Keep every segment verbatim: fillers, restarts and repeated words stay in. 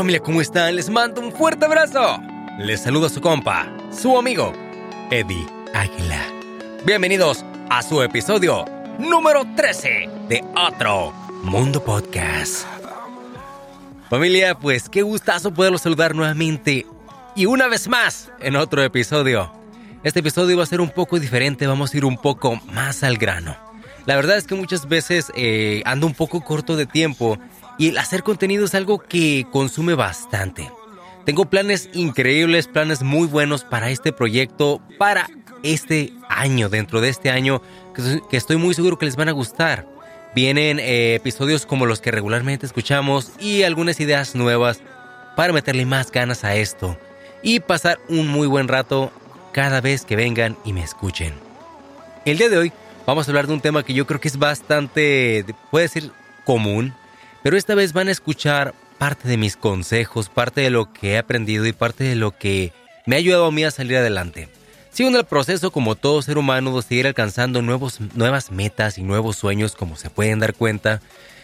familia, ¿cómo están? Les mando un fuerte abrazo. Les saluda su compa, su amigo, Eddie Águila. Bienvenidos a su episodio número trece de Otro Mundo Podcast. Familia, pues qué gustazo poderlos saludar nuevamente y una vez más en otro episodio. Este episodio va a ser un poco diferente, vamos a ir un poco más al grano. La verdad es que muchas veces eh, ando un poco corto de tiempo y el hacer contenido es algo que consume bastante. Tengo planes increíbles, planes muy buenos para este proyecto, para este año, dentro de este año, que, que estoy muy seguro que les van a gustar. Vienen eh, episodios como los que regularmente escuchamos y algunas ideas nuevas para meterle más ganas a esto y pasar un muy buen rato cada vez que vengan y me escuchen. El día de hoy vamos a hablar de un tema que yo creo que es bastante, puede ser común, pero esta vez van a escuchar parte de mis consejos, parte de lo que he aprendido y parte de lo que me ha ayudado a mí a salir adelante. Sigo en el proceso, como todo ser humano, de seguir alcanzando nuevos, nuevas metas y nuevos sueños, como se pueden dar cuenta.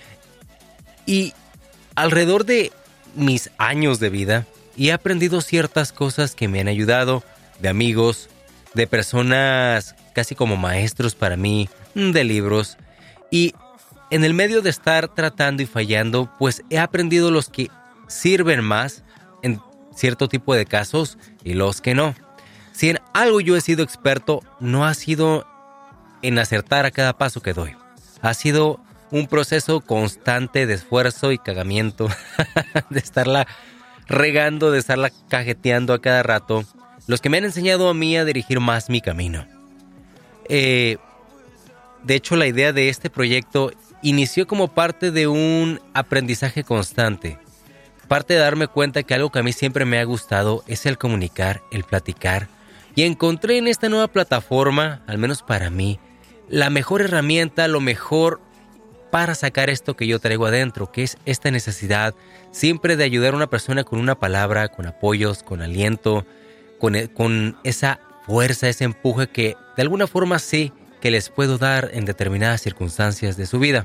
Y alrededor de mis años de vida, he aprendido ciertas cosas que me han ayudado, de amigos, de personas casi como maestros para mí, de libros. Y en el medio de estar tratando y fallando, pues he aprendido los que sirven más en cierto tipo de casos y los que no. Si en algo yo he sido experto, no ha sido en acertar a cada paso que doy. Ha sido un proceso constante de esfuerzo y cagamiento, de estarla regando, de estarla cajeteando a cada rato, los que me han enseñado a mí a dirigir más mi camino. Eh, de hecho, la idea de este proyecto inició como parte de un aprendizaje constante. Parte de darme cuenta que algo que a mí siempre me ha gustado es el comunicar, el platicar. Y encontré en esta nueva plataforma, al menos para mí, la mejor herramienta, lo mejor para sacar esto que yo traigo adentro, que es esta necesidad siempre de ayudar a una persona con una palabra, con apoyos, con aliento, con, con esa fuerza, ese empuje que de alguna forma sé que les puedo dar en determinadas circunstancias de su vida.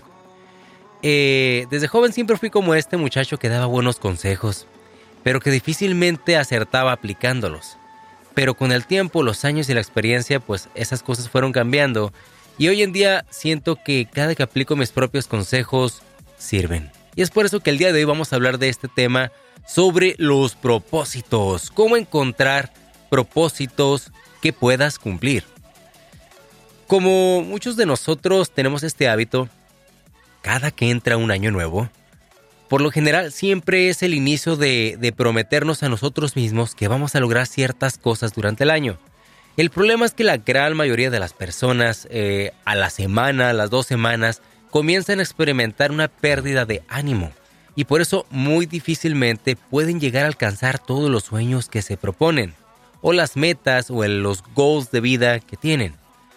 Eh, desde joven siempre fui como este muchacho que daba buenos consejos, pero que difícilmente acertaba aplicándolos. Pero con el tiempo, los años y la experiencia, pues esas cosas fueron cambiando. Y hoy en día siento que cada que aplico mis propios consejos, sirven. Y es por eso que el día de hoy vamos a hablar de este tema sobre los propósitos. Cómo encontrar propósitos que puedas cumplir. Como muchos de nosotros tenemos este hábito, cada que entra un año nuevo, por lo general siempre es el inicio de, de prometernos a nosotros mismos que vamos a lograr ciertas cosas durante el año. El problema es que la gran mayoría de las personas eh, a la semana, a las dos semanas, comienzan a experimentar una pérdida de ánimo y por eso muy difícilmente pueden llegar a alcanzar todos los sueños que se proponen o las metas o el, los goals de vida que tienen.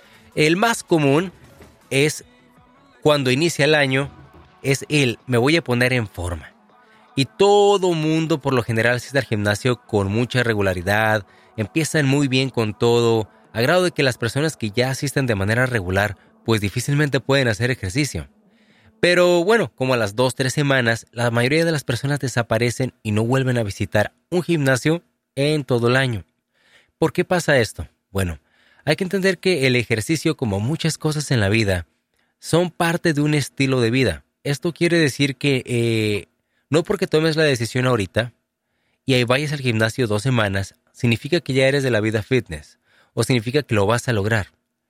El más común es cuando inicia el año, es el me voy a poner en forma. Y todo mundo por lo general asiste al gimnasio con mucha regularidad, empiezan muy bien con todo, a grado de que las personas que ya asisten de manera regular, pues difícilmente pueden hacer ejercicio. Pero bueno, como a las dos, tres semanas, la mayoría de las personas desaparecen y no vuelven a visitar un gimnasio en todo el año. ¿Por qué pasa esto? Bueno, hay que entender que el ejercicio, como muchas cosas en la vida, son parte de un estilo de vida. Esto quiere decir que eh, no porque tomes la decisión ahorita y ahí vayas al gimnasio dos semanas, significa que ya eres de la vida fitness o significa que lo vas a lograr.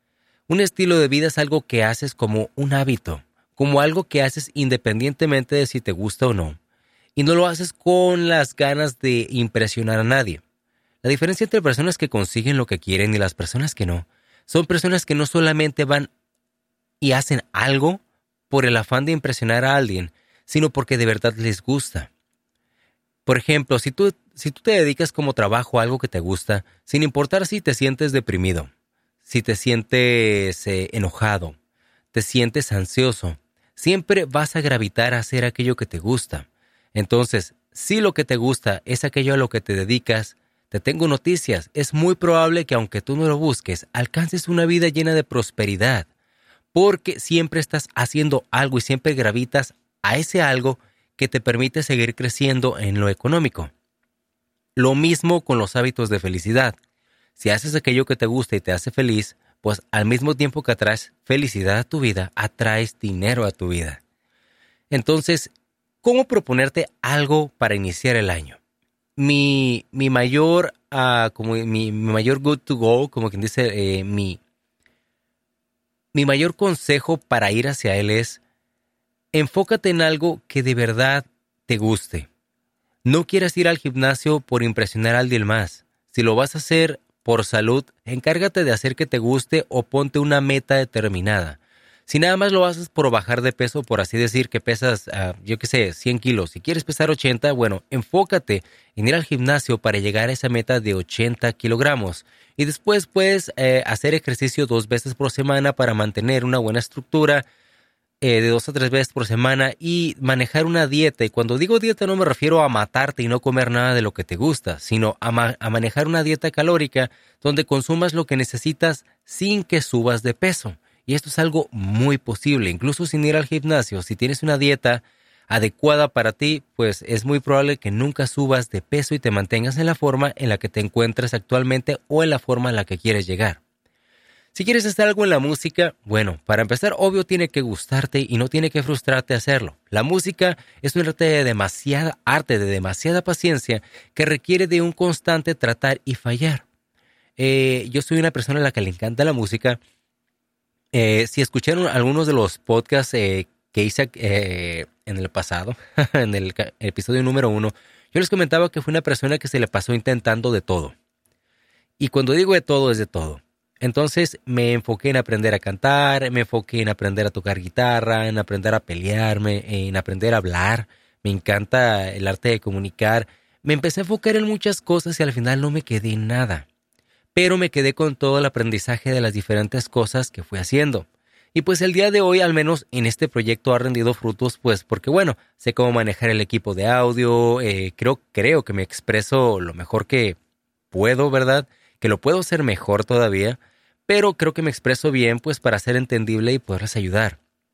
Un estilo de vida es algo que haces como un hábito, como algo que haces independientemente de si te gusta o no. Y no lo haces con las ganas de impresionar a nadie. La diferencia entre personas que consiguen lo que quieren y las personas que no, son personas que no solamente van y hacen algo por el afán de impresionar a alguien, sino porque de verdad les gusta. Por ejemplo, si tú, si tú te dedicas como trabajo a algo que te gusta, sin importar si te sientes deprimido, si te sientes eh, enojado, te sientes ansioso, siempre vas a gravitar a hacer aquello que te gusta. Entonces, si lo que te gusta es aquello a lo que te dedicas, te tengo noticias. Es muy probable que aunque tú no lo busques, alcances una vida llena de prosperidad. Porque siempre estás haciendo algo y siempre gravitas a ese algo que te permite seguir creciendo en lo económico. Lo mismo con los hábitos de felicidad. Si haces aquello que te gusta y te hace feliz, pues al mismo tiempo que atraes felicidad a tu vida, atraes dinero a tu vida. Entonces, ¿cómo proponerte algo para iniciar el año? Mi, mi mayor, uh, como mi, mi mayor good to go, como quien dice, eh, mi, mi mayor consejo para ir hacia él es: enfócate en algo que de verdad te guste. No quieras ir al gimnasio por impresionar a alguien más. Si lo vas a hacer por salud, encárgate de hacer que te guste o ponte una meta determinada. Si nada más lo haces por bajar de peso, por así decir, que pesas, uh, yo qué sé, cien kilos, si quieres pesar ochenta, bueno, enfócate en ir al gimnasio para llegar a esa meta de ochenta kilogramos. Y después puedes eh, hacer ejercicio dos veces por semana para mantener una buena estructura, eh, de dos a tres veces por semana, y manejar una dieta. Y cuando digo dieta no me refiero a matarte y no comer nada de lo que te gusta, sino a, ma- a manejar una dieta calórica donde consumas lo que necesitas sin que subas de peso. Y esto es algo muy posible, incluso sin ir al gimnasio. Si tienes una dieta adecuada para ti, pues es muy probable que nunca subas de peso y te mantengas en la forma en la que te encuentras actualmente o en la forma en la que quieres llegar. Si quieres hacer algo en la música, bueno, para empezar, obvio tiene que gustarte y no tiene que frustrarte hacerlo. La música es un arte de demasiada arte, de demasiada paciencia, que requiere de un constante tratar y fallar. Eh, yo soy una persona a la que le encanta la música. Eh, si escucharon algunos de los podcasts eh, que hice eh, en el pasado, en el, el episodio número uno, yo les comentaba que fui una persona que se le pasó intentando de todo. Y cuando digo de todo, es de todo. Entonces me enfoqué en aprender a cantar, me enfoqué en aprender a tocar guitarra, en aprender a pelearme, en aprender a hablar. Me encanta el arte de comunicar. Me empecé a enfocar en muchas cosas y al final no me quedé en nada. Pero me quedé con todo el aprendizaje de las diferentes cosas que fui haciendo. Y pues el día de hoy, al menos en este proyecto, ha rendido frutos, pues porque bueno, sé cómo manejar el equipo de audio, eh, creo, creo que me expreso lo mejor que puedo, ¿verdad? Que lo puedo hacer mejor todavía, pero creo que me expreso bien, pues para ser entendible y poderles ayudar.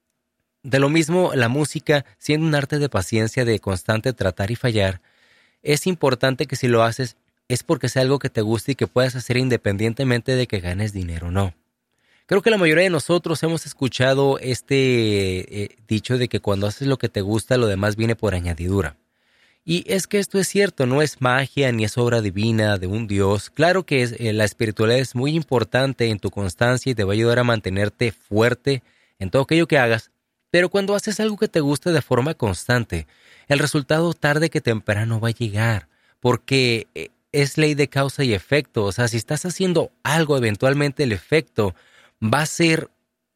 De lo mismo, la música, siendo un arte de paciencia, de constante tratar y fallar, es importante que si lo haces, es porque sea algo que te guste y que puedas hacer independientemente de que ganes dinero o no. Creo que la mayoría de nosotros hemos escuchado este eh, dicho de que cuando haces lo que te gusta, lo demás viene por añadidura. Y es que esto es cierto, no es magia ni es obra divina de un Dios. Claro que es, eh, la espiritualidad es muy importante en tu constancia y te va a ayudar a mantenerte fuerte en todo aquello que hagas, pero cuando haces algo que te gusta de forma constante, el resultado tarde que temprano va a llegar, porque eh, es ley de causa y efecto. O sea, si estás haciendo algo, eventualmente el efecto va a ser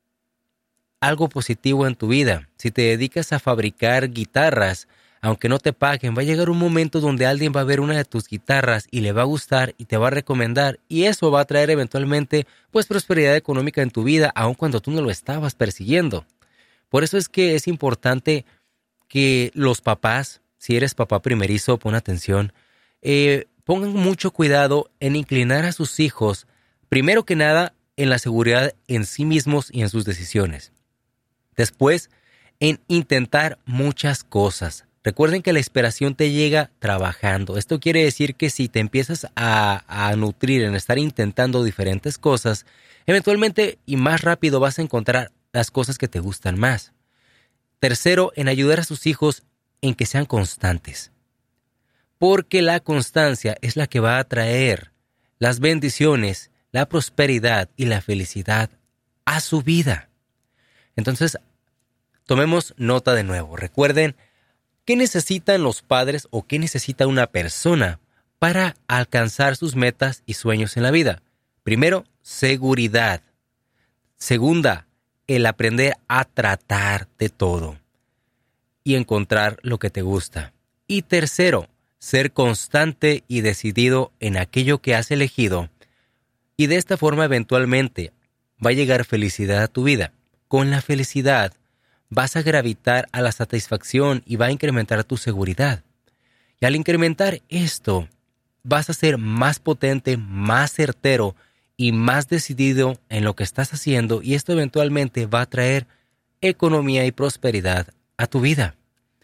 algo positivo en tu vida. Si te dedicas a fabricar guitarras, aunque no te paguen, va a llegar un momento donde alguien va a ver una de tus guitarras y le va a gustar y te va a recomendar, y eso va a traer eventualmente pues prosperidad económica en tu vida, aun cuando tú no lo estabas persiguiendo. Por eso es que es importante que los papás, si eres papá primerizo, pon atención, eh, pongan mucho cuidado en inclinar a sus hijos, primero que nada, en la seguridad en sí mismos y en sus decisiones. Después, en intentar muchas cosas. Recuerden que la inspiración te llega trabajando. Esto quiere decir que si te empiezas a, a nutrir en estar intentando diferentes cosas, eventualmente y más rápido vas a encontrar las cosas que te gustan más. Tercero, en ayudar a sus hijos en que sean constantes. Porque la constancia es la que va a traer las bendiciones, la prosperidad y la felicidad a su vida. Entonces, tomemos nota de nuevo. Recuerden, ¿qué necesitan los padres o qué necesita una persona para alcanzar sus metas y sueños en la vida? Primero, seguridad. Segunda, el aprender a tratar de todo y encontrar lo que te gusta. Y tercero, ser constante y decidido en aquello que has elegido. Y de esta forma eventualmente va a llegar felicidad a tu vida. Con la felicidad vas a gravitar a la satisfacción y va a incrementar tu seguridad. Y al incrementar esto, vas a ser más potente, más certero y más decidido en lo que estás haciendo, y esto eventualmente va a traer economía y prosperidad a tu vida.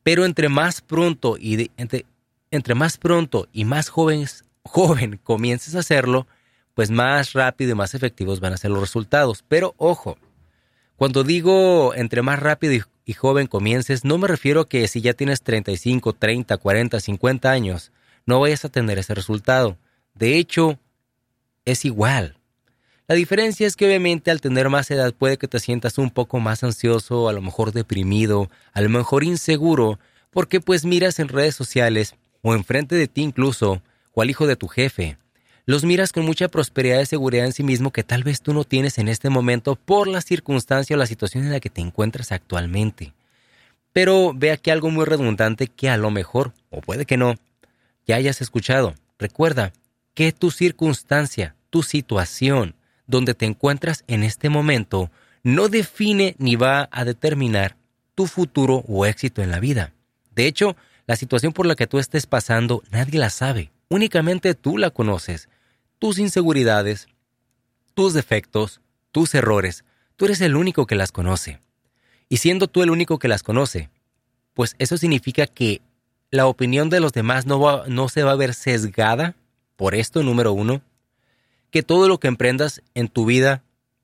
Pero entre más pronto y de, entre, entre más pronto y más jóvenes, joven comiences a hacerlo, pues más rápido y más efectivos van a ser los resultados. Pero ojo, cuando digo entre más rápido y, y joven comiences, no me refiero a que si ya tienes treinta y cinco, treinta, cuarenta, cincuenta años, no vayas a tener ese resultado. De hecho, es igual. La diferencia es que obviamente al tener más edad puede que te sientas un poco más ansioso, a lo mejor deprimido, a lo mejor inseguro, porque pues miras en redes sociales o enfrente de ti incluso, o al hijo de tu jefe. Los miras con mucha prosperidad y seguridad en sí mismo que tal vez tú no tienes en este momento por la circunstancia o la situación en la que te encuentras actualmente. Pero ve aquí algo muy redundante que a lo mejor, o puede que no, ya hayas escuchado. Recuerda que tu circunstancia, tu situación, donde te encuentras en este momento, no define ni va a determinar tu futuro o éxito en la vida. De hecho, la situación por la que tú estés pasando, nadie la sabe. Únicamente tú la conoces. Tus inseguridades, tus defectos, tus errores, tú eres el único que las conoce. Y siendo tú el único que las conoce, pues eso significa que la opinión de los demás no, va, no se va a ver sesgada por esto, número uno, que todo lo que emprendas en tu vida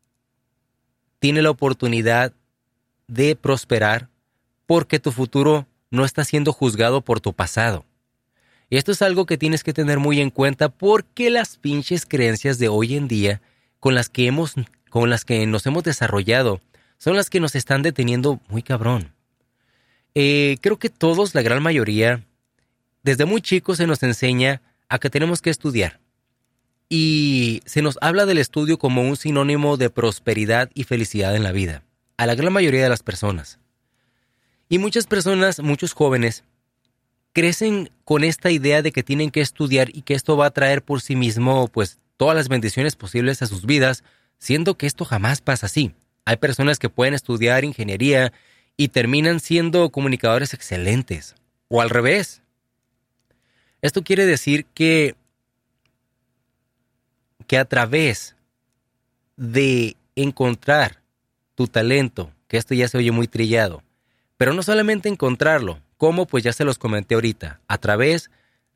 tiene la oportunidad de prosperar porque tu futuro no está siendo juzgado por tu pasado. Y esto es algo que tienes que tener muy en cuenta porque las pinches creencias de hoy en día con las que hemos, con las que nos hemos desarrollado son las que nos están deteniendo muy cabrón. Eh, creo que todos, la gran mayoría, desde muy chicos se nos enseña a que tenemos que estudiar. Y se nos habla del estudio como un sinónimo de prosperidad y felicidad en la vida, a la gran mayoría de las personas. Y muchas personas, muchos jóvenes, crecen con esta idea de que tienen que estudiar y que esto va a traer por sí mismo pues todas las bendiciones posibles a sus vidas, siendo que esto jamás pasa así. Hay personas que pueden estudiar ingeniería y terminan siendo comunicadores excelentes, o al revés. Esto quiere decir que, que a través de encontrar tu talento, que esto ya se oye muy trillado, pero no solamente encontrarlo, como pues ya se los comenté ahorita, a través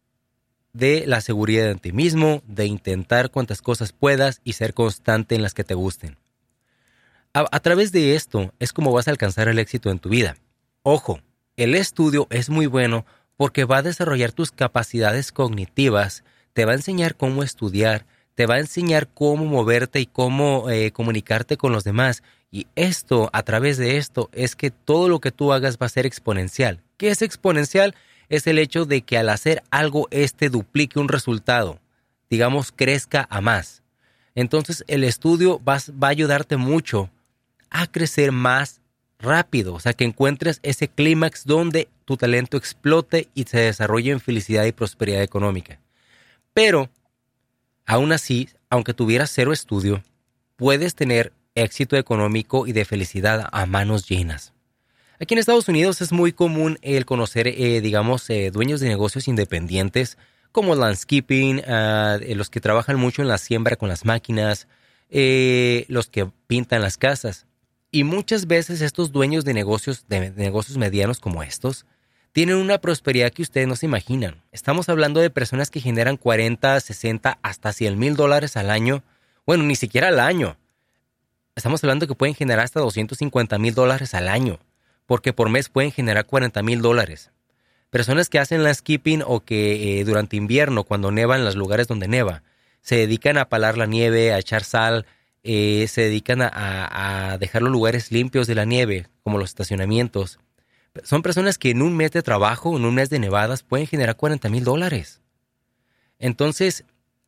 de la seguridad en ti mismo, de intentar cuantas cosas puedas y ser constante en las que te gusten. A, a través de esto es como vas a alcanzar el éxito en tu vida. Ojo, el estudio es muy bueno porque va a desarrollar tus capacidades cognitivas, te va a enseñar cómo estudiar, te va a enseñar cómo moverte y cómo eh, comunicarte con los demás. Y esto, a través de esto, es que todo lo que tú hagas va a ser exponencial. ¿Qué es exponencial? Es el hecho de que al hacer algo, este duplique un resultado. Digamos, crezca a más. Entonces, el estudio va, va a ayudarte mucho a crecer más rápido. O sea, que encuentres ese clímax donde tu talento explote y se desarrolle en felicidad y prosperidad económica. Pero, aún así, aunque tuvieras cero estudio, puedes tener éxito económico y de felicidad a manos llenas. Aquí en Estados Unidos es muy común el conocer, eh, digamos, eh, dueños de negocios independientes como landscaping, uh, los que trabajan mucho en la siembra con las máquinas, eh, los que pintan las casas. Y muchas veces estos dueños de negocios, de negocios medianos como estos, tienen una prosperidad que ustedes no se imaginan. Estamos hablando de personas que generan cuarenta, sesenta, hasta cien mil dólares al año. Bueno, ni siquiera al año. Estamos hablando que pueden generar hasta doscientos cincuenta mil dólares al año, porque por mes pueden generar cuarenta mil dólares. Personas que hacen landscaping o que eh, durante invierno, cuando neva en los lugares donde neva, se dedican a palar la nieve, a echar sal, eh, se dedican a, a, a dejar los lugares limpios de la nieve, como los estacionamientos. Son personas que en un mes de trabajo, en un mes de nevadas, pueden generar cuarenta mil dólares. Entonces,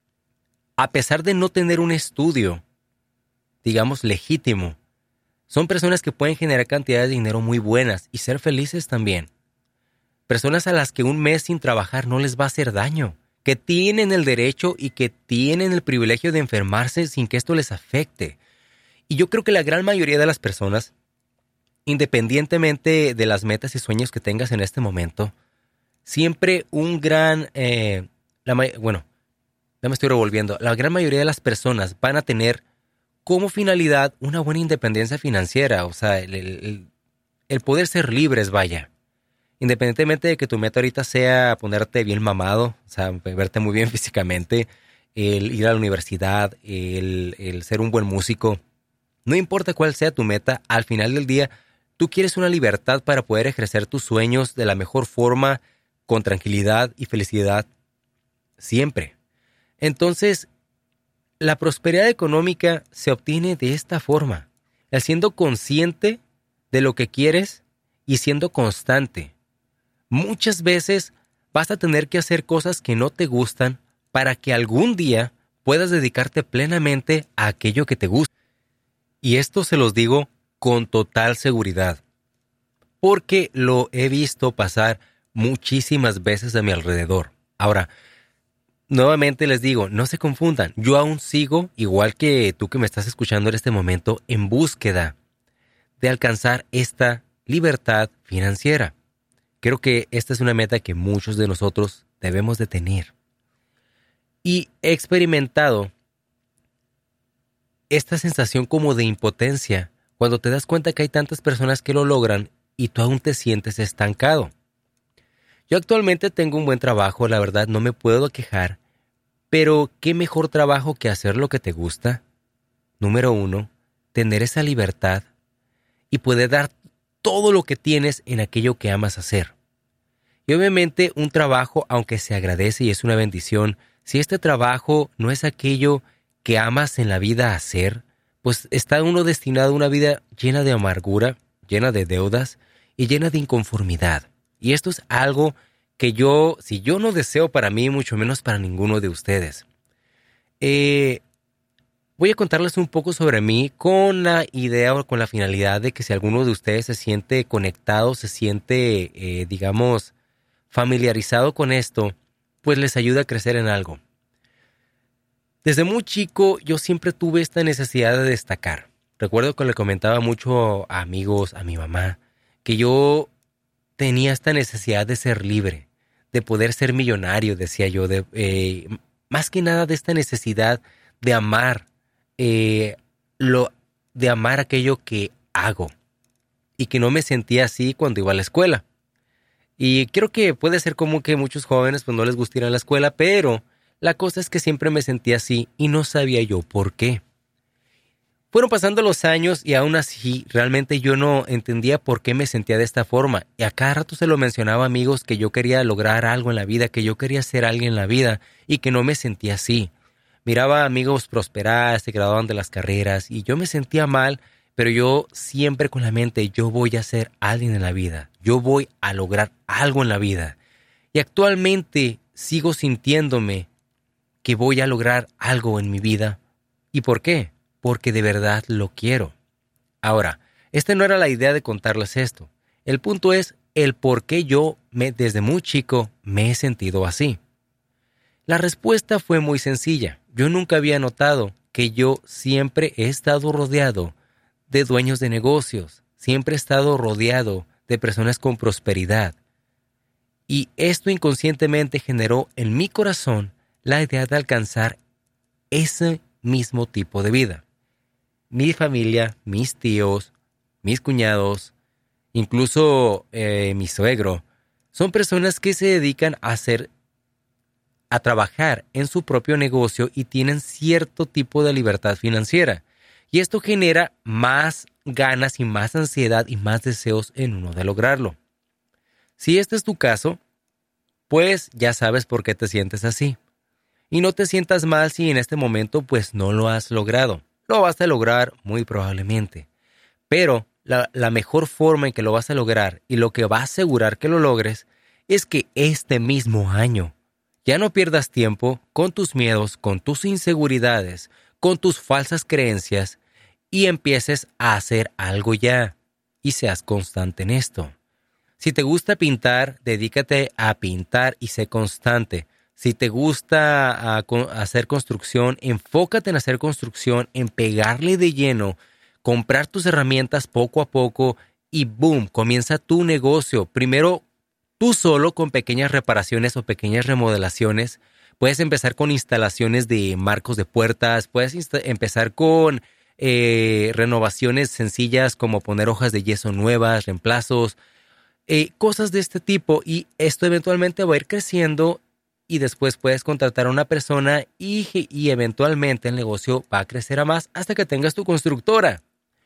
a pesar de no tener un estudio, digamos, legítimo, son personas que pueden generar cantidades de dinero muy buenas y ser felices también. Personas a las que un mes sin trabajar no les va a hacer daño, que tienen el derecho y que tienen el privilegio de enfermarse sin que esto les afecte. Y yo creo que la gran mayoría de las personas, independientemente de las metas y sueños que tengas en este momento, siempre un gran, eh, la, bueno, ya me estoy revolviendo, la gran mayoría de las personas van a tener como finalidad una buena independencia financiera, o sea, el, el, el poder ser libres, vaya. Independientemente de que tu meta ahorita sea ponerte bien mamado, o sea, verte muy bien físicamente, el ir a la universidad, el, el ser un buen músico, no importa cuál sea tu meta, al final del día, tú quieres una libertad para poder ejercer tus sueños de la mejor forma, con tranquilidad y felicidad, siempre. Entonces, la prosperidad económica se obtiene de esta forma, siendo consciente de lo que quieres y siendo constante. Muchas veces vas a tener que hacer cosas que no te gustan para que algún día puedas dedicarte plenamente a aquello que te gusta. Y esto se los digo con total seguridad, porque lo he visto pasar muchísimas veces a mi alrededor. Ahora, nuevamente les digo, no se confundan, yo aún sigo, igual que tú que me estás escuchando en este momento, en búsqueda de alcanzar esta libertad financiera. Creo que esta es una meta que muchos de nosotros debemos de tener. Y he experimentado esta sensación como de impotencia cuando te das cuenta que hay tantas personas que lo logran y tú aún te sientes estancado. Yo actualmente tengo un buen trabajo, la verdad no me puedo quejar, pero ¿qué mejor trabajo que hacer lo que te gusta? Número uno, tener esa libertad y poder dar todo lo que tienes en aquello que amas hacer. Y obviamente un trabajo, aunque se agradece y es una bendición, si este trabajo no es aquello que amas en la vida hacer, pues está uno destinado a una vida llena de amargura, llena de deudas y llena de inconformidad. Y esto es algo que yo, si yo no deseo para mí, mucho menos para ninguno de ustedes. Eh, voy a contarles un poco sobre mí con la idea o con la finalidad de que si alguno de ustedes se siente conectado, se siente, eh, digamos, familiarizado con esto, pues les ayuda a crecer en algo. Desde muy chico yo siempre tuve esta necesidad de destacar. Recuerdo que le comentaba mucho a amigos, a mi mamá, que yo tenía esta necesidad de ser libre, de poder ser millonario, decía yo, de, eh, más que nada de esta necesidad de amar, eh, lo, de amar aquello que hago y que no me sentía así cuando iba a la escuela. Y creo que puede ser como que muchos jóvenes pues no les gusta ir a la escuela, pero la cosa es que siempre me sentía así y no sabía yo por qué. Fueron pasando los años y aún así realmente yo no entendía por qué me sentía de esta forma. Y a cada rato se lo mencionaba a amigos que yo quería lograr algo en la vida, que yo quería ser alguien en la vida y que no me sentía así. Miraba a amigos prosperar, se graduaban de las carreras y yo me sentía mal, pero yo siempre con la mente, yo voy a ser alguien en la vida. Yo voy a lograr algo en la vida. Y actualmente sigo sintiéndome que voy a lograr algo en mi vida. ¿Y por qué? Porque de verdad lo quiero. Ahora, esta no era la idea de contarles esto. El punto es el por qué yo, me, desde muy chico, me he sentido así. La respuesta fue muy sencilla. Yo nunca había notado que yo siempre he estado rodeado de dueños de negocios. Siempre he estado rodeado de personas con prosperidad. Y esto inconscientemente generó en mi corazón la idea de alcanzar ese mismo tipo de vida. Mi familia, mis tíos, mis cuñados, incluso eh, mi suegro, son personas que se dedican a hacer, a trabajar en su propio negocio y tienen cierto tipo de libertad financiera. Y esto genera más ganas y más ansiedad y más deseos en uno de lograrlo. Si este es tu caso, pues ya sabes por qué te sientes así. Y no te sientas mal si en este momento pues no lo has logrado. Lo vas a lograr muy probablemente. Pero la, la mejor forma en que lo vas a lograr y lo que va a asegurar que lo logres es que este mismo año ya no pierdas tiempo con tus miedos, con tus inseguridades, con tus falsas creencias y empieces a hacer algo ya y seas constante en esto. Si te gusta pintar, dedícate a pintar y sé constante. Si te gusta a, a hacer construcción, enfócate en hacer construcción, en pegarle de lleno, comprar tus herramientas poco a poco y boom, comienza tu negocio. Primero, tú solo con pequeñas reparaciones o pequeñas remodelaciones. Puedes empezar con instalaciones de marcos de puertas, puedes insta- empezar con eh, renovaciones sencillas como poner hojas de yeso nuevas, reemplazos. Eh, cosas de este tipo, y esto eventualmente va a ir creciendo y después puedes contratar a una persona y, y eventualmente el negocio va a crecer a más hasta que tengas tu constructora.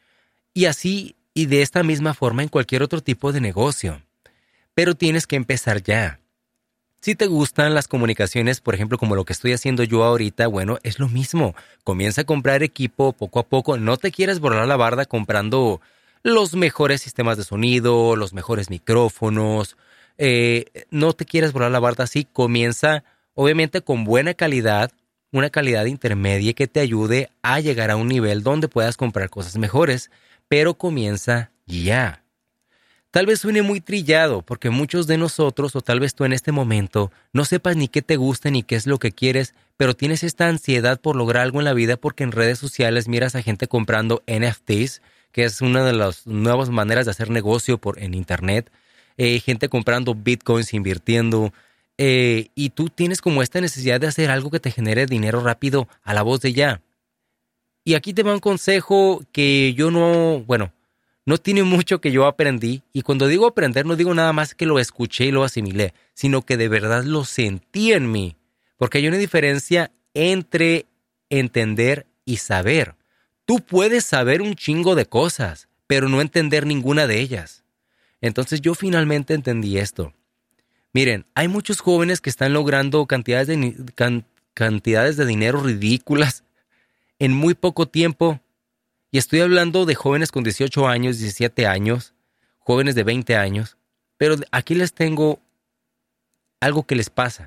Y así y de esta misma forma en cualquier otro tipo de negocio. Pero tienes que empezar ya. Si te gustan las comunicaciones, por ejemplo, como lo que estoy haciendo yo ahorita, bueno, es lo mismo. Comienza a comprar equipo poco a poco. No te quieras volar la barda comprando los mejores sistemas de sonido, los mejores micrófonos. Eh, no te quieras volar la barda así. Comienza, obviamente, con buena calidad, una calidad intermedia que te ayude a llegar a un nivel donde puedas comprar cosas mejores. Pero comienza ya. Tal vez suene muy trillado, porque muchos de nosotros, o tal vez tú en este momento, no sepas ni qué te gusta ni qué es lo que quieres, pero tienes esta ansiedad por lograr algo en la vida porque en redes sociales miras a gente comprando N F Ts, que es una de las nuevas maneras de hacer negocio por, en internet, eh, gente comprando bitcoins, invirtiendo, eh, y tú tienes como esta necesidad de hacer algo que te genere dinero rápido a la voz de ya. Y aquí te va un consejo que yo no, bueno, no tiene mucho que yo aprendí, y cuando digo aprender no digo nada más que lo escuché y lo asimilé, sino que de verdad lo sentí en mí, porque hay una diferencia entre entender y saber. Tú puedes saber un chingo de cosas, pero no entender ninguna de ellas. Entonces yo finalmente entendí esto. Miren, hay muchos jóvenes que están logrando cantidades de, can, cantidades de dinero ridículas en muy poco tiempo. Y estoy hablando de jóvenes con dieciocho años, diecisiete años, jóvenes de veinte años. Pero aquí les tengo algo que les pasa.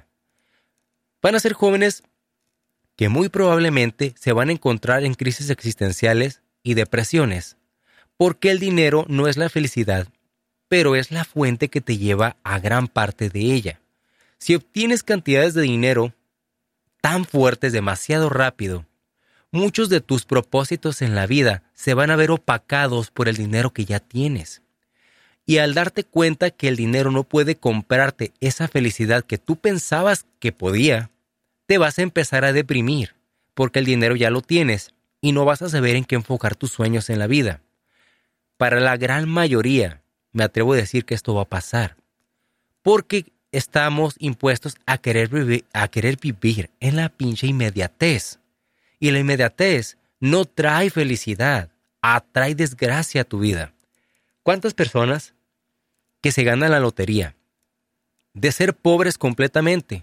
Van a ser jóvenes que muy probablemente se van a encontrar en crisis existenciales y depresiones. Porque el dinero no es la felicidad, pero es la fuente que te lleva a gran parte de ella. Si obtienes cantidades de dinero tan fuertes demasiado rápido, muchos de tus propósitos en la vida se van a ver opacados por el dinero que ya tienes. Y al darte cuenta que el dinero no puede comprarte esa felicidad que tú pensabas que podía, te vas a empezar a deprimir, porque el dinero ya lo tienes y no vas a saber en qué enfocar tus sueños en la vida. Para la gran mayoría, me atrevo a decir que esto va a pasar, porque estamos impuestos a querer vivir, a querer vivir en la pinche inmediatez. Y la inmediatez no trae felicidad, atrae desgracia a tu vida. ¿Cuántas personas que se ganan la lotería de ser pobres completamente,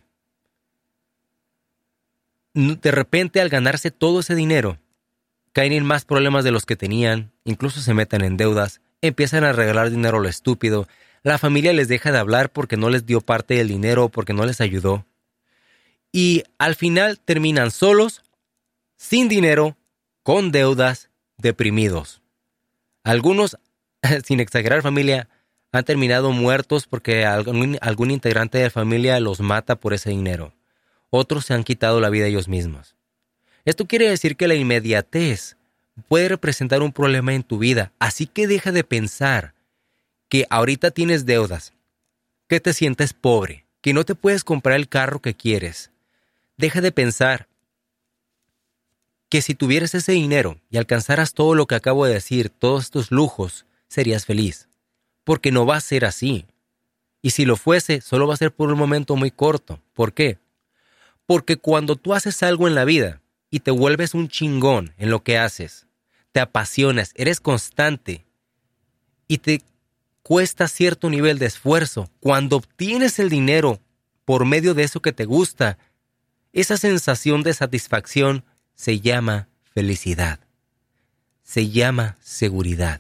de repente al ganarse todo ese dinero, caen en más problemas de los que tenían, incluso se meten en deudas, empiezan a regalar dinero a lo estúpido, la familia les deja de hablar porque no les dio parte del dinero, porque no les ayudó, y al final terminan solos, sin dinero, con deudas, deprimidos. Algunos, sin exagerar familia, han terminado muertos porque algún, algún integrante de la familia los mata por ese dinero. Otros se han quitado la vida ellos mismos. Esto quiere decir que la inmediatez puede representar un problema en tu vida, así que deja de pensar que ahorita tienes deudas, que te sientes pobre, que no te puedes comprar el carro que quieres. Deja de pensar que si tuvieras ese dinero y alcanzaras todo lo que acabo de decir, todos estos lujos, serías feliz. Porque no va a ser así. Y si lo fuese, solo va a ser por un momento muy corto. ¿Por qué? Porque cuando tú haces algo en la vida y te vuelves un chingón en lo que haces, te apasionas, eres constante y te cuesta cierto nivel de esfuerzo, cuando obtienes el dinero por medio de eso que te gusta, esa sensación de satisfacción se llama felicidad. Se llama seguridad.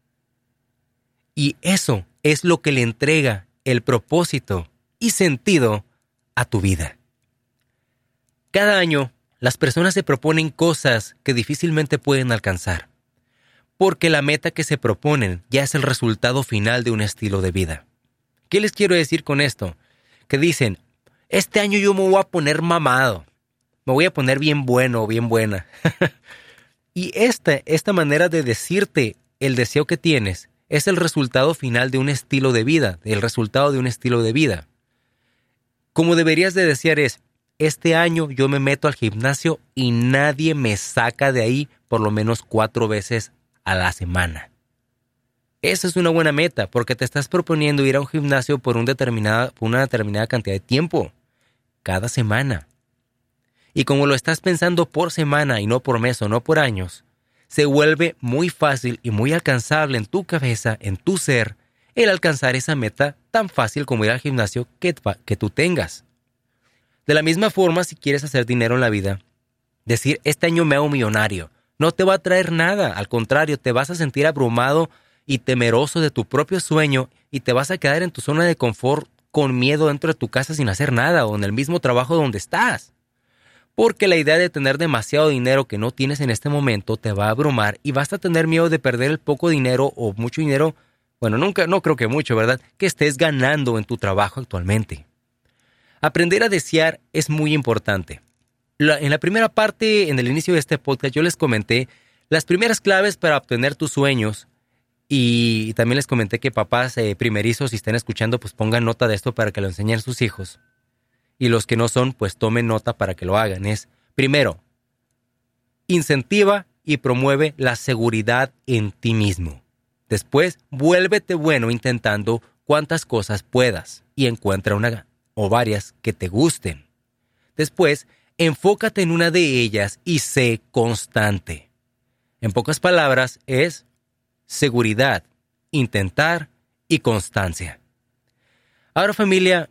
Y eso es lo que le entrega el propósito y sentido a tu vida. Cada año, las personas se proponen cosas que difícilmente pueden alcanzar, porque la meta que se proponen ya es el resultado final de un estilo de vida. ¿Qué les quiero decir con esto? Que dicen, este año yo me voy a poner mamado. Me voy a poner bien bueno o bien buena. Y esta, esta manera de decirte el deseo que tienes es el resultado final de un estilo de vida, el resultado de un estilo de vida. Como deberías de desear es, este año yo me meto al gimnasio y nadie me saca de ahí por lo menos cuatro veces a la semana. Esa es una buena meta porque te estás proponiendo ir a un gimnasio por, un determinada, por una determinada cantidad de tiempo, cada semana. Y como lo estás pensando por semana y no por mes o no por años, se vuelve muy fácil y muy alcanzable en tu cabeza, en tu ser, el alcanzar esa meta tan fácil como ir al gimnasio que, que tú tengas. De la misma forma, si quieres hacer dinero en la vida, decir, este año me hago millonario, no te va a traer nada. Al contrario, te vas a sentir abrumado y temeroso de tu propio sueño y te vas a quedar en tu zona de confort con miedo dentro de tu casa sin hacer nada o en el mismo trabajo donde estás. Porque la idea de tener demasiado dinero que no tienes en este momento te va a abrumar y vas a tener miedo de perder el poco dinero o mucho dinero, bueno, nunca, no creo que mucho, ¿verdad?, que estés ganando en tu trabajo actualmente. Aprender a desear es muy importante. La, en la primera parte, en el inicio de este podcast, yo les comenté las primeras claves para obtener tus sueños. Y también les comenté que papás eh, primerizos, si están escuchando, pues pongan nota de esto para que lo enseñen a sus hijos. Y los que no son, pues tomen nota para que lo hagan. Es, primero, incentiva y promueve la seguridad en ti mismo. Después, vuélvete bueno intentando cuantas cosas puedas y encuentra una o varias que te gusten. Después, enfócate en una de ellas y sé constante. En pocas palabras, es seguridad, intentar y constancia. Ahora, familia,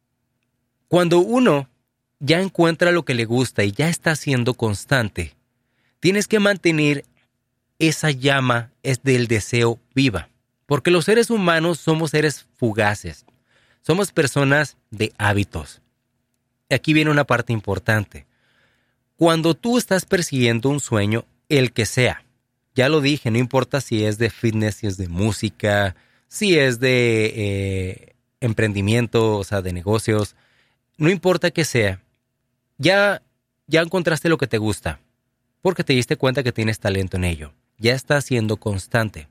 cuando uno ya encuentra lo que le gusta y ya está siendo constante, tienes que mantener esa llama es del deseo viva, porque los seres humanos somos seres fugaces, somos personas de hábitos. Aquí viene una parte importante. Cuando tú estás persiguiendo un sueño, el que sea, ya lo dije, no importa si es de fitness, si es de música, si es de eh, emprendimiento, o sea, de negocios, no importa que sea, ya, ya encontraste lo que te gusta, porque te diste cuenta que tienes talento en ello, ya estás siendo constante.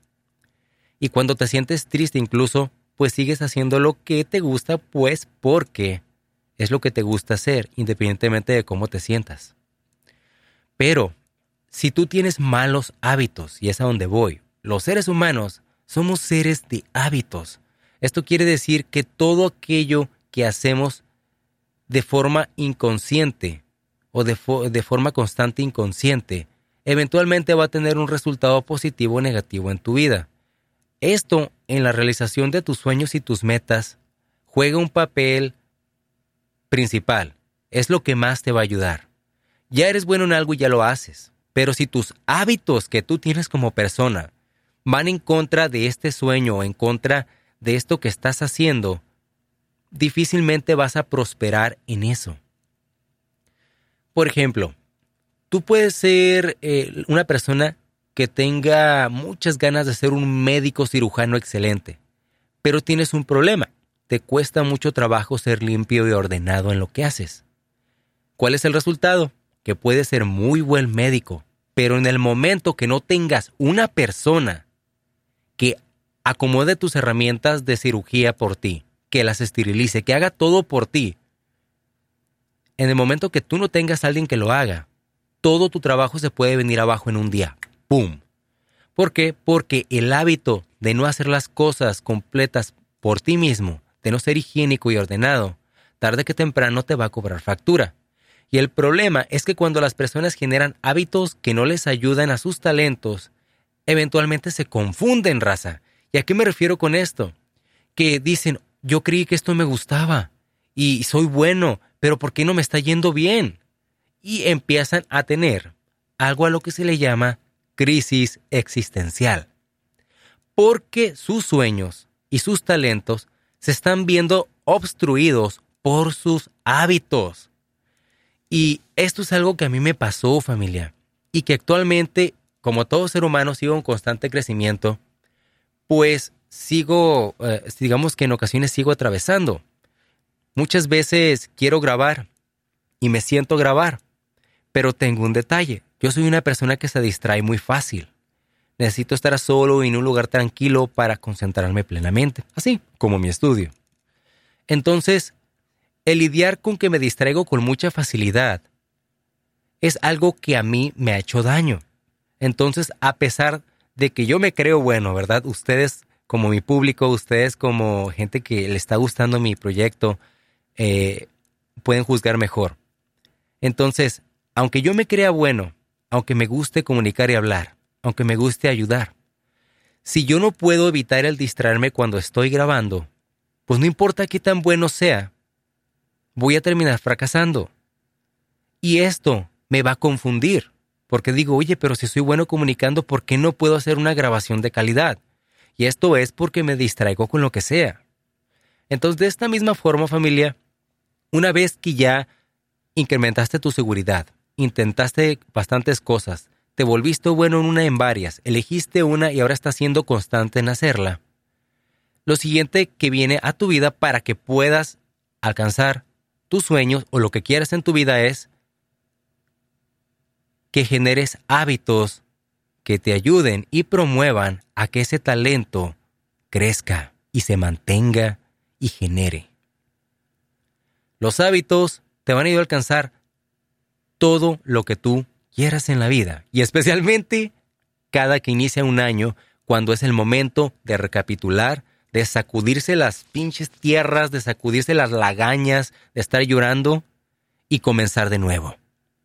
Y cuando te sientes triste incluso, pues sigues haciendo lo que te gusta, pues porque es lo que te gusta hacer, independientemente de cómo te sientas. Pero si tú tienes malos hábitos, y es a donde voy, los seres humanos somos seres de hábitos. Esto quiere decir que todo aquello que hacemos de forma inconsciente o de, fo- de forma constante inconsciente, eventualmente va a tener un resultado positivo o negativo en tu vida. Esto, en la realización de tus sueños y tus metas, juega un papel principal. Es lo que más te va a ayudar. Ya eres bueno en algo y ya lo haces. Pero si tus hábitos que tú tienes como persona van en contra de este sueño o en contra de esto que estás haciendo, difícilmente vas a prosperar en eso. Por ejemplo, tú puedes ser eh, una persona que tenga muchas ganas de ser un médico cirujano excelente, pero tienes un problema. Te cuesta mucho trabajo ser limpio y ordenado en lo que haces. ¿Cuál es el resultado? Que puedes ser muy buen médico, pero en el momento que no tengas una persona que acomode tus herramientas de cirugía por ti, que las esterilice, que haga todo por ti, en el momento que tú no tengas a alguien que lo haga, todo tu trabajo se puede venir abajo en un día. ¡Pum! ¿Por qué? Porque el hábito de no hacer las cosas completas por ti mismo, de no ser higiénico y ordenado, tarde que temprano te va a cobrar factura. Y el problema es que cuando las personas generan hábitos que no les ayudan a sus talentos, eventualmente se confunden, raza. ¿Y a qué me refiero con esto? Que dicen, yo creí que esto me gustaba y soy bueno, pero ¿por qué no me está yendo bien? Y empiezan a tener algo a lo que se le llama crisis existencial. Porque sus sueños y sus talentos se están viendo obstruidos por sus hábitos. Y esto es algo que a mí me pasó, familia, y que actualmente, como todo ser humano, sigo en constante crecimiento, pues sigo, eh, digamos que en ocasiones sigo atravesando. Muchas veces quiero grabar y me siento a grabar, pero tengo un detalle. Yo soy una persona que se distrae muy fácil. Necesito estar solo en un lugar tranquilo para concentrarme plenamente, así como mi estudio. Entonces, el lidiar con que me distraigo con mucha facilidad es algo que a mí me ha hecho daño. Entonces, a pesar de que yo me creo bueno, ¿verdad? Ustedes como mi público, ustedes como gente que le está gustando mi proyecto, eh, pueden juzgar mejor. Entonces, aunque yo me crea bueno, aunque me guste comunicar y hablar, aunque me guste ayudar, si yo no puedo evitar el distraerme cuando estoy grabando, pues no importa qué tan bueno sea, voy a terminar fracasando. Y esto me va a confundir, porque digo, oye, pero si soy bueno comunicando, ¿por qué no puedo hacer una grabación de calidad? Y esto es porque me distraigo con lo que sea. Entonces, de esta misma forma, familia, una vez que ya incrementaste tu seguridad, intentaste bastantes cosas, te volviste bueno en una en varias, elegiste una y ahora estás siendo constante en hacerla, lo siguiente que viene a tu vida para que puedas alcanzar tus sueños o lo que quieras en tu vida es que generes hábitos que te ayuden y promuevan a que ese talento crezca y se mantenga y genere. Los hábitos te van a ayudar a alcanzar todo lo que tú quieras en la vida, y especialmente cada que inicia un año, cuando es el momento de recapitular, de sacudirse las pinches tierras, de sacudirse las lagañas, de estar llorando y comenzar de nuevo.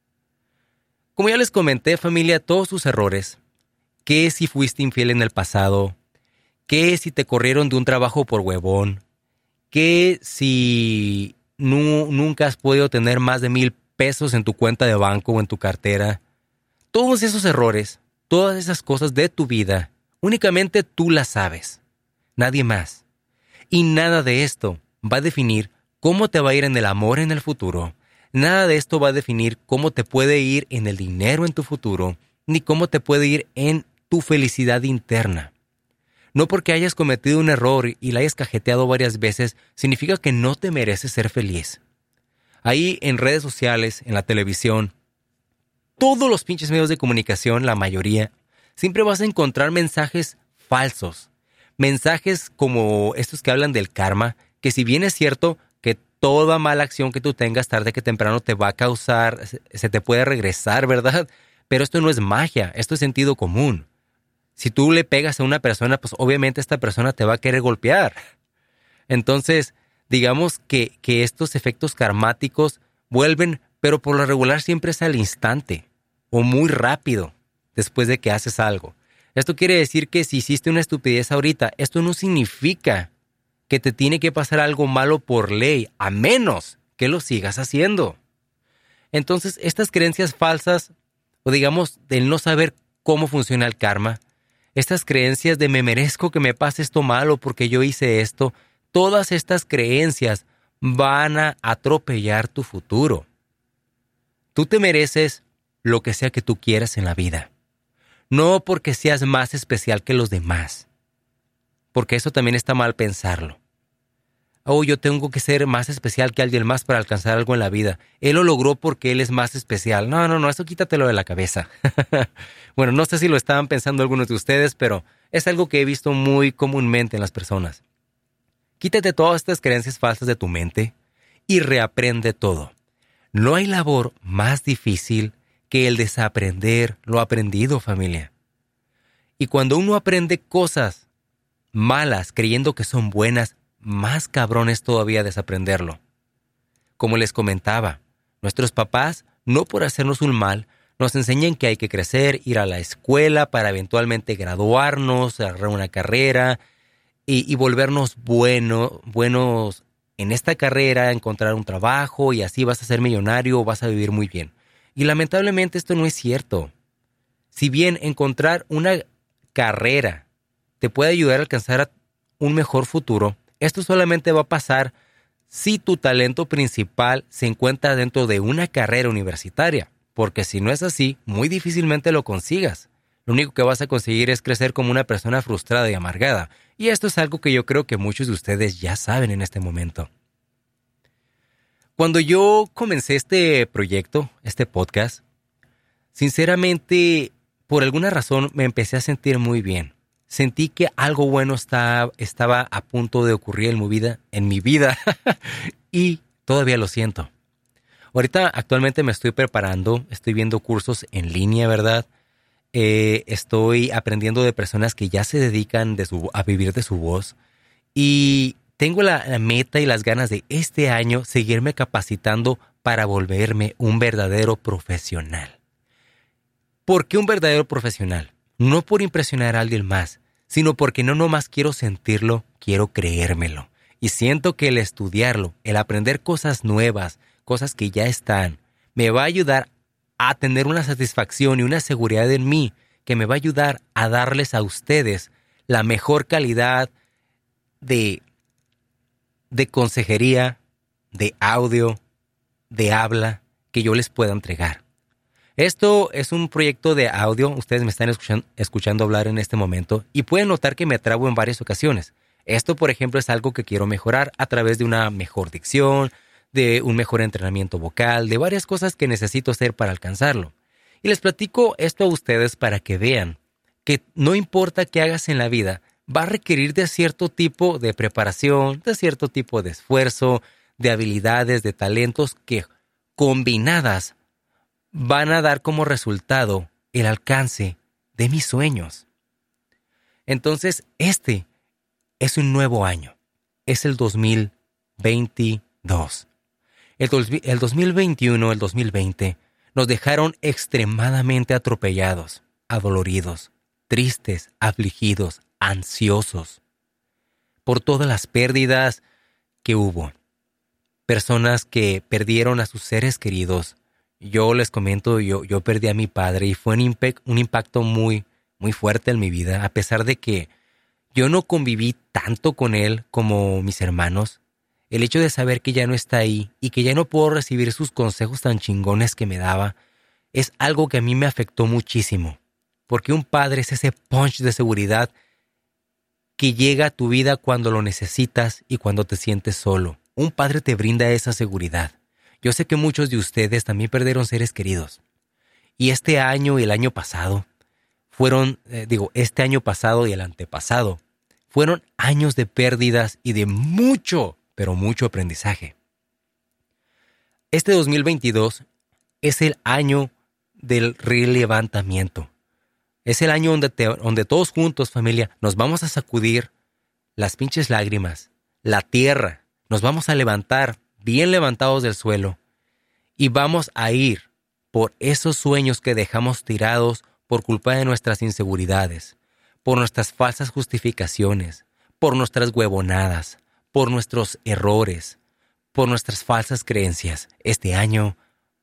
Como ya les comenté, familia, todos sus errores, que si fuiste infiel en el pasado, que si te corrieron de un trabajo por huevón, que si nu- nunca has podido tener más de mil pesos en tu cuenta de banco o en tu cartera, todos esos errores, todas esas cosas de tu vida, únicamente tú las sabes, nadie más. Y nada de esto va a definir cómo te va a ir en el amor en el futuro. Nada de esto va a definir cómo te puede ir en el dinero en tu futuro, ni cómo te puede ir en tu felicidad interna. No porque hayas cometido un error y la hayas cajeteado varias veces, significa que no te mereces ser feliz. Ahí en redes sociales, en la televisión, todos los pinches medios de comunicación, la mayoría, siempre vas a encontrar mensajes falsos. Mensajes como estos que hablan del karma, que si bien es cierto que toda mala acción que tú tengas tarde que temprano te va a causar, se te puede regresar, ¿verdad? Pero esto no es magia, esto es sentido común. Si tú le pegas a una persona, pues obviamente esta persona te va a querer golpear. Entonces, digamos que, que estos efectos karmáticos vuelven, pero por lo regular siempre es al instante o muy rápido después de que haces algo. Esto quiere decir que si hiciste una estupidez ahorita, esto no significa que te tiene que pasar algo malo por ley, a menos que lo sigas haciendo. Entonces, estas creencias falsas, o digamos, del no saber cómo funciona el karma, estas creencias de me merezco que me pase esto malo porque yo hice esto, todas estas creencias van a atropellar tu futuro. Tú te mereces lo que sea que tú quieras en la vida. No porque seas más especial que los demás. Porque eso también está mal pensarlo. Oh, yo tengo que ser más especial que alguien más para alcanzar algo en la vida. Él lo logró porque él es más especial. No, no, no, eso quítatelo de la cabeza. Bueno, no sé si lo estaban pensando algunos de ustedes, pero es algo que he visto muy comúnmente en las personas. Quítate todas estas creencias falsas de tu mente y reaprende todo. No hay labor más difícil que el desaprender lo aprendido, familia. Y cuando uno aprende cosas malas creyendo que son buenas, más cabrón es todavía desaprenderlo. Como les comentaba, nuestros papás, no por hacernos un mal, nos enseñan que hay que crecer, ir a la escuela para eventualmente graduarnos, agarrar una carrera y, y volvernos bueno, buenos en esta carrera, encontrar un trabajo y así vas a ser millonario o vas a vivir muy bien. Y lamentablemente esto no es cierto. Si bien encontrar una carrera te puede ayudar a alcanzar a un mejor futuro, esto solamente va a pasar si tu talento principal se encuentra dentro de una carrera universitaria, porque si no es así, muy difícilmente lo consigas. Lo único que vas a conseguir es crecer como una persona frustrada y amargada, y esto es algo que yo creo que muchos de ustedes ya saben en este momento. Cuando yo comencé este proyecto, este podcast, sinceramente, por alguna razón me empecé a sentir muy bien. Sentí que algo bueno está, estaba a punto de ocurrir en mi vida, en mi vida y todavía lo siento. Ahorita actualmente me estoy preparando, estoy viendo cursos en línea, ¿verdad? Eh, estoy aprendiendo de personas que ya se dedican de su, a vivir de su voz. Y tengo la, la meta y las ganas de este año seguirme capacitando para volverme un verdadero profesional. ¿Por qué un verdadero profesional? No por impresionar a alguien más, sino porque no nomás quiero sentirlo, quiero creérmelo. Y siento que el estudiarlo, el aprender cosas nuevas, cosas que ya están, me va a ayudar a tener una satisfacción y una seguridad en mí que me va a ayudar a darles a ustedes la mejor calidad de, de consejería, de audio, de habla que yo les pueda entregar. Esto es un proyecto de audio, ustedes me están escuchando, escuchando hablar en este momento y pueden notar que me trabo en varias ocasiones. Esto, por ejemplo, es algo que quiero mejorar a través de una mejor dicción, de un mejor entrenamiento vocal, de varias cosas que necesito hacer para alcanzarlo. Y les platico esto a ustedes para que vean que no importa qué hagas en la vida, va a requerir de cierto tipo de preparación, de cierto tipo de esfuerzo, de habilidades, de talentos que combinadas van a dar como resultado el alcance de mis sueños. Entonces, este es un nuevo año. Es el dos mil veintidós. El, dos, el dos mil veintiuno, el dos mil veinte, nos dejaron extremadamente atropellados, adoloridos, tristes, afligidos, ansiosos, por todas las pérdidas que hubo. Personas que perdieron a sus seres queridos. Yo les comento, yo, yo perdí a mi padre y fue un, impe- un impacto muy, muy fuerte en mi vida, a pesar de que yo no conviví tanto con él como mis hermanos. El hecho de saber que ya no está ahí y que ya no puedo recibir sus consejos tan chingones que me daba, es algo que a mí me afectó muchísimo. Porque un padre es ese punch de seguridad que llega a tu vida cuando lo necesitas y cuando te sientes solo. Un padre te brinda esa seguridad. Yo sé que muchos de ustedes también perdieron seres queridos. Y este año y el año pasado fueron, eh, digo, este año pasado y el antepasado, fueron años de pérdidas y de mucho, pero mucho aprendizaje. Este dos mil veintidós es el año del relevantamiento. Es el año donde, te, donde todos juntos, familia, nos vamos a sacudir las pinches lágrimas, la tierra, nos vamos a levantar bien levantados del suelo y vamos a ir por esos sueños que dejamos tirados por culpa de nuestras inseguridades, por nuestras falsas justificaciones, por nuestras huevonadas, por nuestros errores, por nuestras falsas creencias. Este año,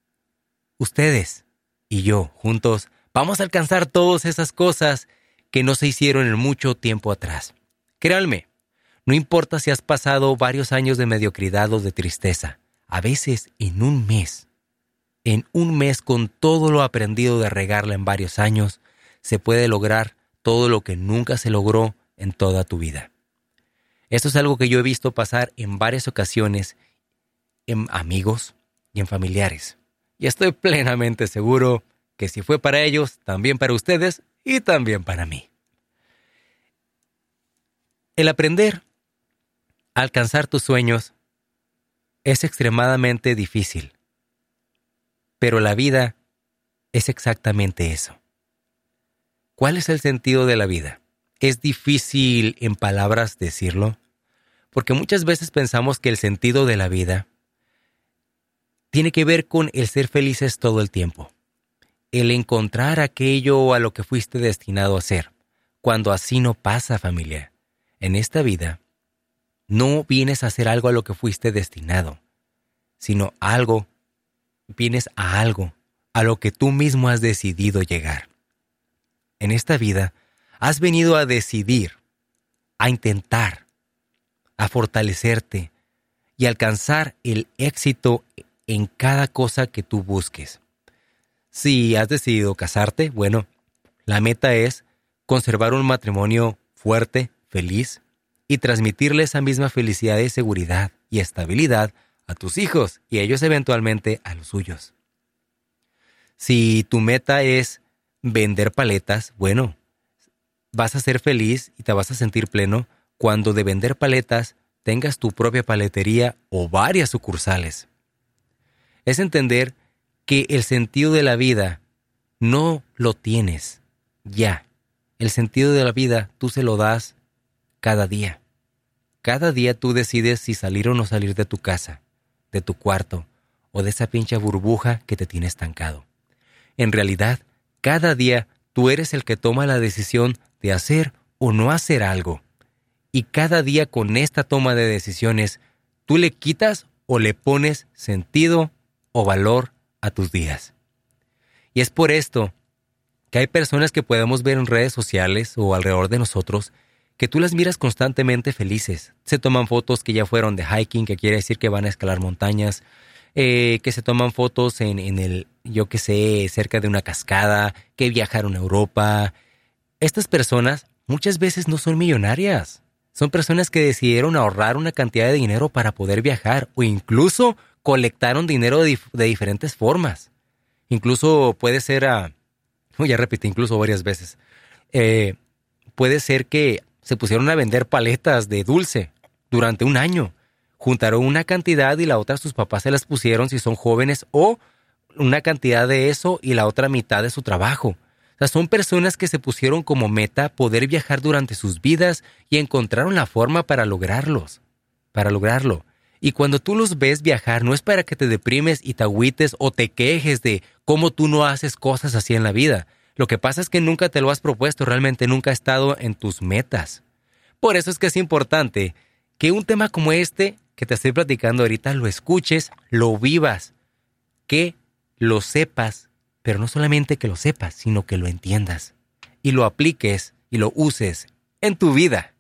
ustedes y yo juntos vamos a alcanzar todas esas cosas que no se hicieron en mucho tiempo atrás. Créanme, no importa si has pasado varios años de mediocridad o de tristeza, a veces en un mes, en un mes con todo lo aprendido de regarla en varios años, se puede lograr todo lo que nunca se logró en toda tu vida. Esto es algo que yo he visto pasar en varias ocasiones en amigos y en familiares. Y estoy plenamente seguro que si fue para ellos, también para ustedes y también para mí. El aprender a alcanzar tus sueños es extremadamente difícil, pero la vida es exactamente eso. ¿Cuál es el sentido de la vida? Es difícil en palabras decirlo, porque muchas veces pensamos que el sentido de la vida tiene que ver con el ser felices todo el tiempo, el encontrar aquello a lo que fuiste destinado a ser, cuando así no pasa, familia. En esta vida, no vienes a hacer algo a lo que fuiste destinado, sino algo, vienes a algo a lo que tú mismo has decidido llegar. En esta vida, has venido a decidir, a intentar, a fortalecerte y alcanzar el éxito en cada cosa que tú busques. Si has decidido casarte, bueno, la meta es conservar un matrimonio fuerte, feliz, y transmitirle esa misma felicidad y seguridad y estabilidad a tus hijos y ellos eventualmente a los suyos. Si tu meta es vender paletas, bueno, vas a ser feliz y te vas a sentir pleno cuando de vender paletas tengas tu propia paletería o varias sucursales. Es entender que el sentido de la vida no lo tienes, ya. El sentido de la vida tú se lo das cada día. Cada día tú decides si salir o no salir de tu casa, de tu cuarto o de esa pinche burbuja que te tiene estancado. En realidad, cada día tú eres el que toma la decisión de hacer o no hacer algo. Y cada día con esta toma de decisiones, tú le quitas o le pones sentido o valor a tus días. Y es por esto que hay personas que podemos ver en redes sociales o alrededor de nosotros que tú las miras constantemente felices. Se toman fotos que ya fueron de hiking, que quiere decir que van a escalar montañas, eh, que se toman fotos en, en el, yo qué sé, cerca de una cascada, que viajaron a Europa. Estas personas muchas veces no son millonarias. Son personas que decidieron ahorrar una cantidad de dinero para poder viajar o incluso colectaron dinero de, dif- de diferentes formas. Incluso puede ser, a, uh, ya repetí, incluso varias veces, eh, puede ser que se pusieron a vender paletas de dulce durante un año. Juntaron una cantidad y la otra sus papás se las pusieron si son jóvenes o una cantidad de eso y la otra mitad de su trabajo. O sea, son personas que se pusieron como meta poder viajar durante sus vidas y encontraron la forma para lograrlos, para lograrlo. Y cuando tú los ves viajar, no es para que te deprimes y te agüites o te quejes de cómo tú no haces cosas así en la vida. Lo que pasa es que nunca te lo has propuesto, realmente nunca ha estado en tus metas. Por eso es que es importante que un tema como este que te estoy platicando ahorita lo escuches, lo vivas, que lo sepas, pero no solamente que lo sepas, sino que lo entiendas y lo apliques y lo uses en tu vida.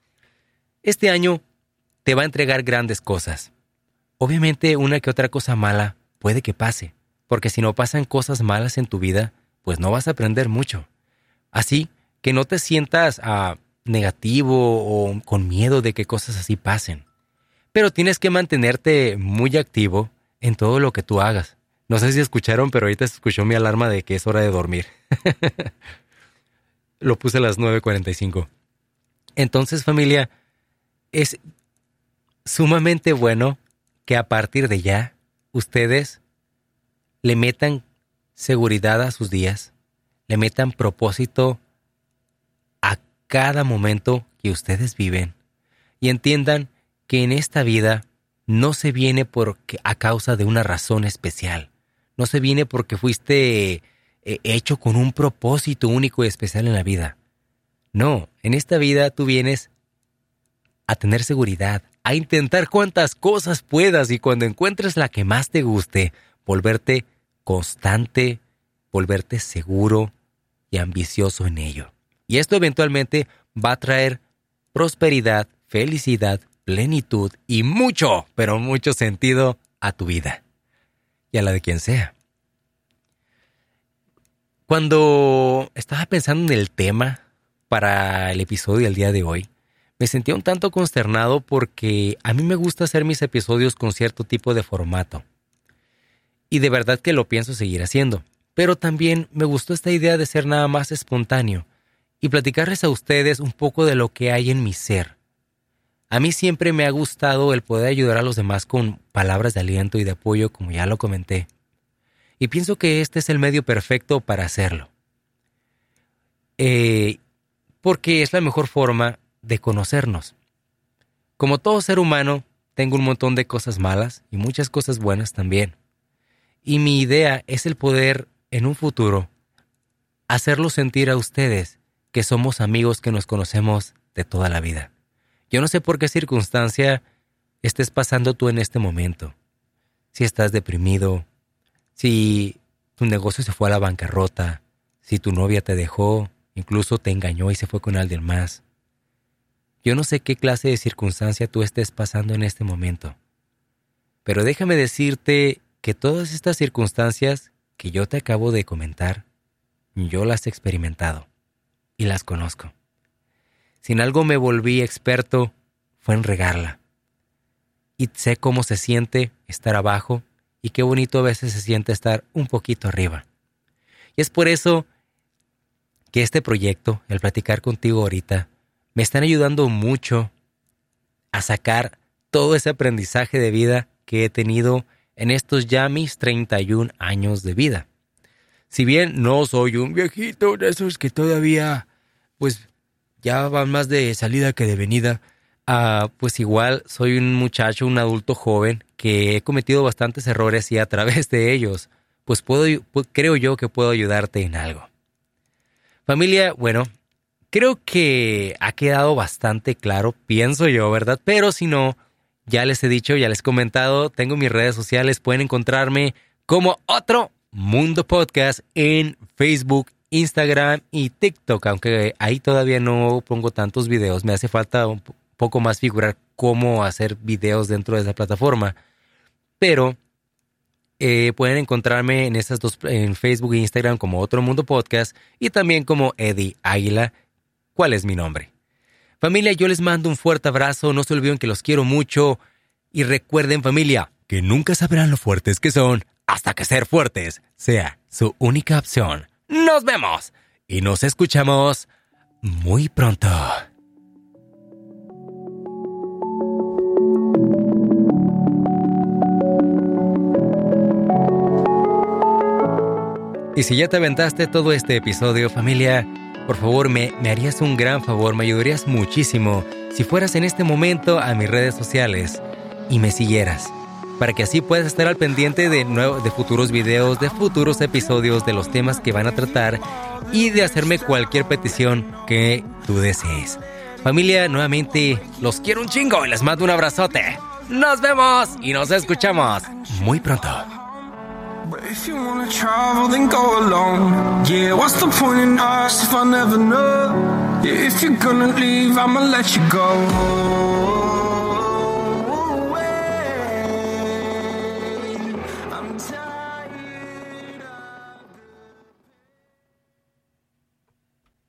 Este año te va a entregar grandes cosas. Obviamente una que otra cosa mala puede que pase, porque si no pasan cosas malas en tu vida, pues no vas a aprender mucho. Así que no te sientas ah, negativo o con miedo de que cosas así pasen. Pero tienes que mantenerte muy activo en todo lo que tú hagas. No sé si escucharon, pero ahorita se escuchó mi alarma de que es hora de dormir. Lo puse a las nueve cuarenta y cinco. Entonces, familia, es sumamente bueno que a partir de ya ustedes le metan seguridad a sus días, le metan propósito a cada momento que ustedes viven y entiendan que en esta vida no se viene porque a causa de una razón especial, no se viene porque fuiste eh, hecho con un propósito único y especial en la vida. No, en esta vida tú vienes a tener seguridad, a intentar cuantas cosas puedas y cuando encuentres la que más te guste, volverte constante, volverte seguro y ambicioso en ello. Y esto eventualmente va a traer prosperidad, felicidad, plenitud y mucho, pero mucho sentido a tu vida y a la de quien sea. Cuando estaba pensando en el tema para el episodio del día de hoy, me sentía un tanto consternado porque a mí me gusta hacer mis episodios con cierto tipo de formato. Y de verdad que lo pienso seguir haciendo. Pero también me gustó esta idea de ser nada más espontáneo y platicarles a ustedes un poco de lo que hay en mi ser. A mí siempre me ha gustado el poder ayudar a los demás con palabras de aliento y de apoyo, como ya lo comenté. Y pienso que este es el medio perfecto para hacerlo. Eh, porque es la mejor forma de conocernos. Como todo ser humano, tengo un montón de cosas malas y muchas cosas buenas también. Y mi idea es el poder, en un futuro, hacerlos sentir a ustedes que somos amigos que nos conocemos de toda la vida. Yo no sé por qué circunstancia estés pasando tú en este momento. Si estás deprimido, si tu negocio se fue a la bancarrota, si tu novia te dejó, incluso te engañó y se fue con alguien más. Yo no sé qué clase de circunstancia tú estés pasando en este momento. Pero déjame decirte que todas estas circunstancias que yo te acabo de comentar, yo las he experimentado y las conozco. Si en algo me volví experto, fue en regarla. Y sé cómo se siente estar abajo y qué bonito a veces se siente estar un poquito arriba. Y es por eso que este proyecto, el platicar contigo ahorita, me están ayudando mucho a sacar todo ese aprendizaje de vida que he tenido en estos ya mis treinta y un años de vida. Si bien no soy un viejito de esos que todavía, pues, ya van más de salida que de venida, uh, pues igual soy un muchacho, un adulto joven que he cometido bastantes errores y a través de ellos, pues puedo, pues, creo yo que puedo ayudarte en algo. Familia, bueno, creo que ha quedado bastante claro, pienso yo, ¿verdad? Pero si no, ya les he dicho, ya les he comentado, tengo mis redes sociales, pueden encontrarme como Otro Mundo Podcast en Facebook, Instagram y TikTok, aunque ahí todavía no pongo tantos videos, me hace falta un poco más figurar cómo hacer videos dentro de esa plataforma, pero eh, pueden encontrarme en esas dos, en Facebook e Instagram como Otro Mundo Podcast y también como Eddie Águila. ¿Cuál es mi nombre? Familia, yo les mando un fuerte abrazo, no se olviden que los quiero mucho y recuerden, familia, que nunca sabrán lo fuertes que son hasta que ser fuertes sea su única opción. ¡Nos vemos! Y nos escuchamos muy pronto. Y si ya te aventaste todo este episodio, familia, por favor, me, me harías un gran favor, me ayudarías muchísimo si fueras en este momento a mis redes sociales y me siguieras, para que así puedas estar al pendiente de, nuevo, de futuros videos, de futuros episodios, de los temas que van a tratar y de hacerme cualquier petición que tú desees. Familia, nuevamente, los quiero un chingo y les mando un abrazote. Nos vemos y nos escuchamos muy pronto. But if you wanna travel, then go alone. Yeah, what's the point in us if I never know? Yeah, if you're gonna leave, I'ma let you go.